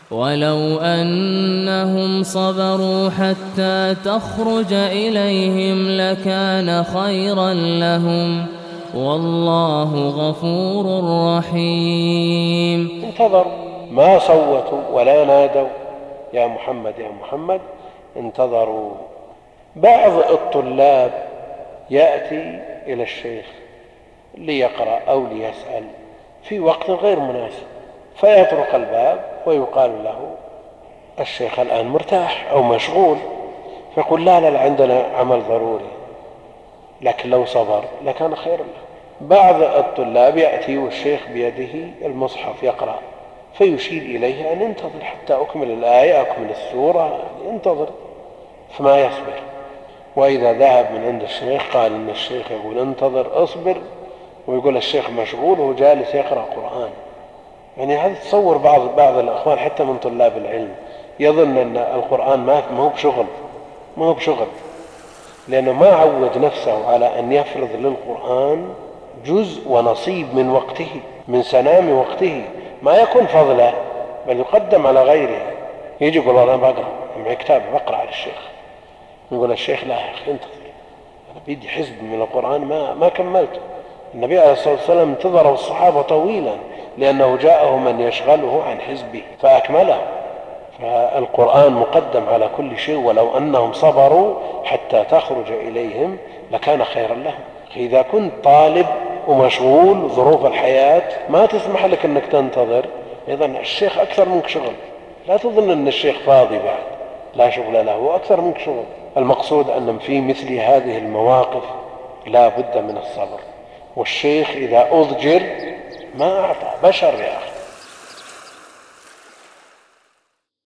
ولو أنهم صبروا حتى تخرج إليهم لكان خيرا لهم والله غفور رحيم. انتظروا، ما صوتوا ولا نادوا يا محمد يا محمد، انتظروا. بعض الطلاب يأتي إلى الشيخ ليقرأ أو ليسأل في وقت غير مناسب، فيطرق الباب ويقال له الشيخ الآن مرتاح أو مشغول، فيقول لا عندنا عمل ضروري، لكن لو صبر لكان خير له. بعض الطلاب يأتي والشيخ بيده المصحف يقرأ، فيشير إليه أن انتظر حتى أكمل الآية أكمل السورة، انتظر، فما يصبر. وإذا ذهب من عند الشيخ قال إن الشيخ يقول انتظر اصبر، ويقول الشيخ مشغول وهو جالس يقرأ قرآن. يعني هذا تصور بعض الأخوان حتى من طلاب العلم يظن أن القرآن ما هو بشغل، لأنه ما عود نفسه على أن يفرض للقرآن جزء ونصيب من وقته، من سنام وقته، ما يكون فضلا بل يقدم على غيره. يجي يقول أنا بقرأ معي كتاب بقرأ على الشيخ، يقول الشيخ لا يا أخي انتظر، أنا بيدي حزب من القرآن ما كملت. النبي عليه الصلاة والسلام انتظره الصحابة طويلا لأنه جاءه من يشغله عن حزبه فأكمله. فالقرآن مقدم على كل شيء، ولو أنهم صبروا حتى تخرج إليهم لكان خيرا لهم. إذا كنت طالب ومشغول ظروف الحياة ما تسمح لك أنك تنتظر، إذن الشيخ أكثر منك شغل، لا تظن أن الشيخ فاضي بعد لا شغل له، أكثر منك شغل. المقصود أن في مثل هذه المواقف لا بد من الصبر، والشيخ إذا أضجر ما أعطى، بشر يا أخي